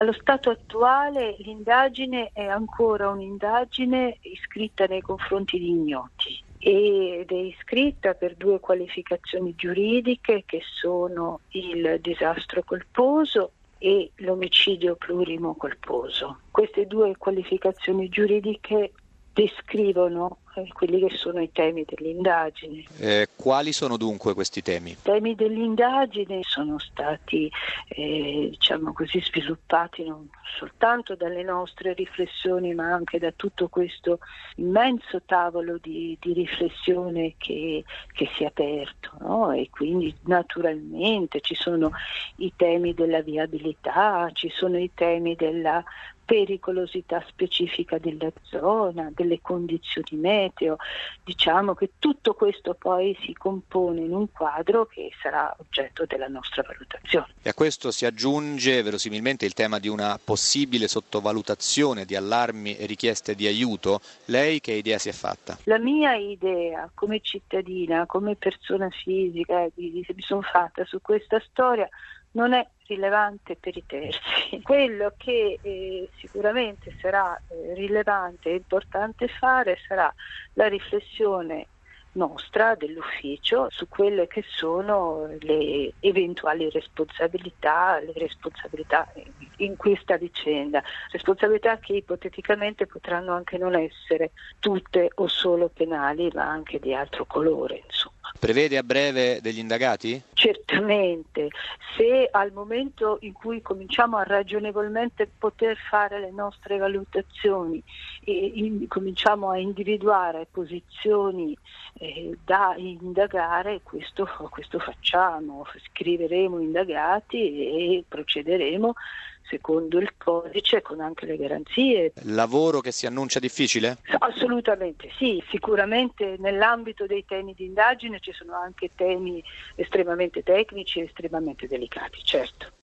Allo stato attuale l'indagine è ancora un'indagine iscritta nei confronti di ignoti ed è iscritta per 2 qualificazioni giuridiche che sono il disastro colposo e l'omicidio plurimo colposo. Queste 2 qualificazioni giuridiche descrivono quelli che sono i temi dell'indagine. Quali sono dunque questi temi? I temi dell'indagine sono stati sviluppati non soltanto dalle nostre riflessioni, ma anche da tutto questo immenso tavolo di riflessione che si è aperto, no? E quindi naturalmente ci sono i temi della viabilità, ci sono i temi della pericolosità specifica della zona, delle condizioni meteo. Diciamo che tutto questo poi si compone in un quadro che sarà oggetto della nostra valutazione. E a questo si aggiunge verosimilmente il tema di una possibile sottovalutazione di allarmi e richieste di aiuto. Lei che idea si è fatta? La mia idea come cittadina, come persona fisica che mi sono fatta su questa storia non è rilevante per i terzi. Quello che sicuramente sarà rilevante e importante fare sarà la riflessione nostra, dell'ufficio, su quelle che sono le eventuali responsabilità in questa vicenda, responsabilità che ipoteticamente potranno anche non essere tutte o solo penali, ma anche di altro colore, insomma. Prevede a breve degli indagati? Certamente, se al momento in cui cominciamo a ragionevolmente poter fare le nostre valutazioni e cominciamo a individuare posizioni da indagare, questo facciamo, scriveremo indagati e procederemo secondo il codice con anche le garanzie. Lavoro che si annuncia difficile? Assolutamente sì, sicuramente nell'ambito dei temi di indagine ci sono anche temi estremamente tecnici e estremamente delicati, certo.